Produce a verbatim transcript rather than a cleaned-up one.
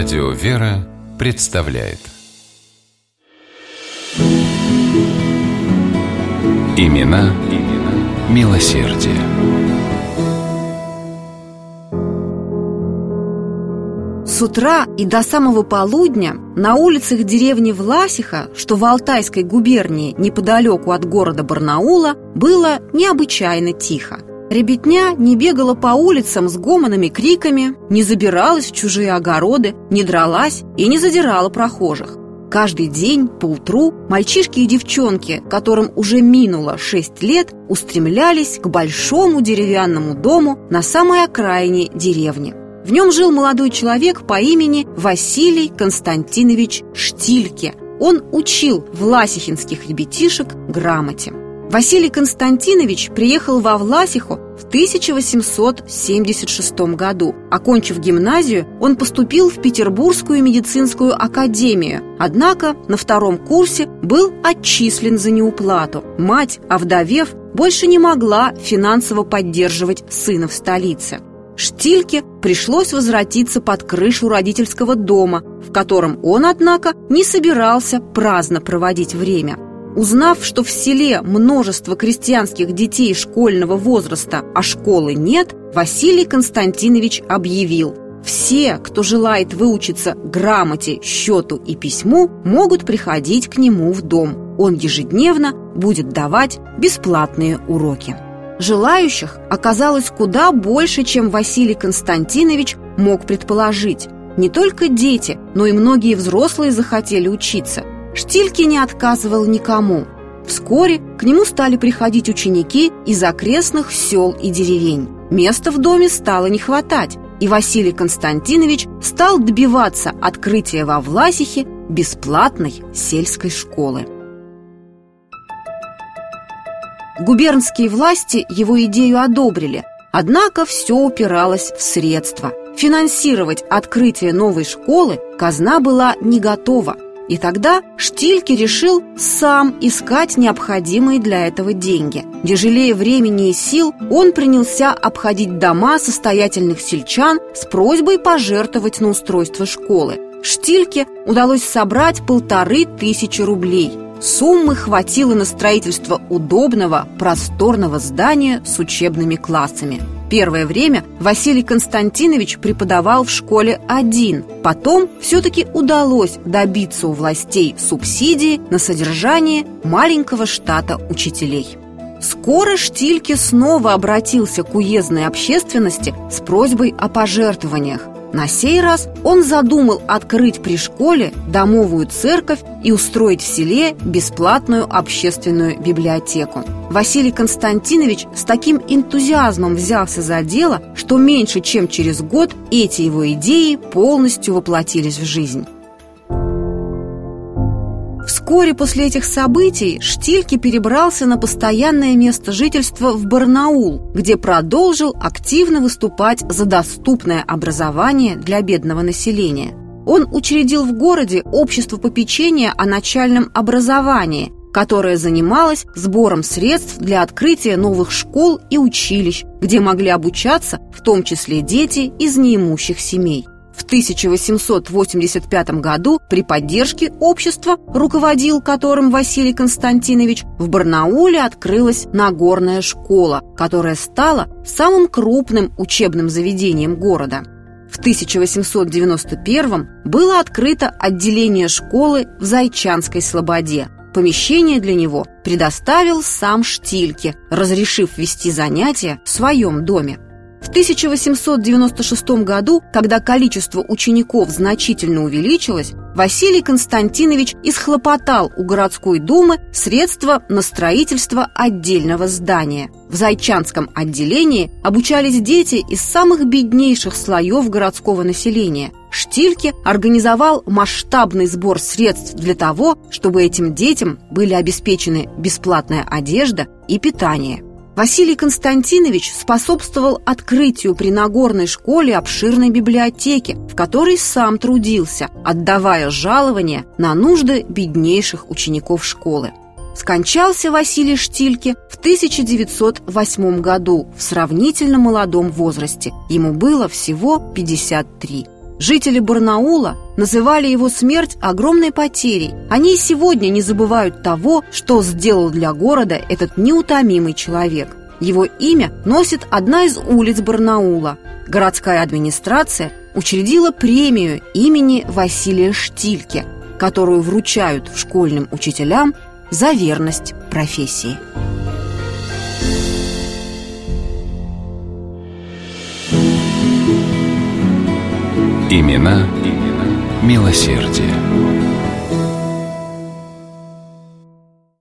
Радио «Вера» представляет Имена, имена милосердия. С утра и до самого полудня на улицах деревни Власиха, что в Алтайской губернии неподалеку от города Барнаула, было необычайно тихо. Ребятня не бегала по улицам с гомонами, криками, не забиралась в чужие огороды, не дралась и не задирала прохожих. Каждый день поутру мальчишки и девчонки, которым уже минуло шесть лет, устремлялись к большому деревянному дому на самой окраине деревни. В нем жил молодой человек по имени Василий Константинович Штильке. Он учил власихинских ребятишек грамоте. Василий Константинович приехал во Власиху в тысяча восемьсот семьдесят шестом году. Окончив гимназию, он поступил в Петербургскую медицинскую академию, однако на втором курсе был отчислен за неуплату. Мать, овдовев, больше не могла финансово поддерживать сына в столице. Штильке пришлось возвратиться под крышу родительского дома, в котором он, однако, не собирался праздно проводить время. Узнав, что в селе множество крестьянских детей школьного возраста, а школы нет, Василий Константинович объявил: все, кто желает выучиться грамоте, счету и письму, могут приходить к нему в дом. Он ежедневно будет давать бесплатные уроки. Желающих оказалось куда больше, чем Василий Константинович мог предположить. Не только дети, но и многие взрослые захотели учиться. Штильке не отказывал никому. Вскоре к нему стали приходить ученики из окрестных сел и деревень. Места в доме стало не хватать, и Василий Константинович стал добиваться открытия во Власихе бесплатной сельской школы. Губернские власти его идею одобрили, однако все упиралось в средства. Финансировать открытие новой школы казна была не готова. И тогда Штильке решил сам искать необходимые для этого деньги. Не жалея времени и сил, он принялся обходить дома состоятельных сельчан с просьбой пожертвовать на устройство школы. Штильке удалось собрать полторы тысячи рублей. Суммы хватило на строительство удобного, просторного здания с учебными классами. Первое время Василий Константинович преподавал в школе один. Потом все-таки удалось добиться у властей субсидии на содержание маленького штата учителей. Скоро Штильке снова обратился к уездной общественности с просьбой о пожертвованиях. На сей раз он задумал открыть при школе домовую церковь и устроить в селе бесплатную общественную библиотеку. Василий Константинович с таким энтузиазмом взялся за дело, что меньше чем через год эти его идеи полностью воплотились в жизнь. Вскоре после этих событий Штильке перебрался на постоянное место жительства в Барнаул, где продолжил активно выступать за доступное образование для бедного населения. Он учредил в городе общество попечения о начальном образовании, которое занималось сбором средств для открытия новых школ и училищ, где могли обучаться в том числе дети из неимущих семей. В тысяча восемьсот восемьдесят пятом году при поддержке общества, руководил которым Василий Константинович, в Барнауле открылась Нагорная школа, которая стала самым крупным учебным заведением города. В тысяча восемьсот девяносто первом было открыто отделение школы в Зайчанской слободе. Помещение для него предоставил сам Штильке, разрешив вести занятия в своем доме. В тысяча восемьсот девяносто шестом году, когда количество учеников значительно увеличилось, Василий Константинович исхлопотал у городской думы средства на строительство отдельного здания. В Зайчанском отделении обучались дети из самых беднейших слоев городского населения. Штильке организовал масштабный сбор средств для того, чтобы этим детям были обеспечены бесплатная одежда и питание. Василий Константинович способствовал открытию при Нагорной школе обширной библиотеки, в которой сам трудился, отдавая жалования на нужды беднейших учеников школы. Скончался Василий Штильке в тысяча девятьсот восьмом году в сравнительно молодом возрасте. Ему было всего пятьдесят три. Жители Барнаула называли его смерть огромной потерей. Они и сегодня не забывают того, что сделал для города этот неутомимый человек. Его имя носит одна из улиц Барнаула. Городская администрация учредила премию имени Василия Штильке, которую вручают школьным учителям за верность профессии. Имена, имена милосердия.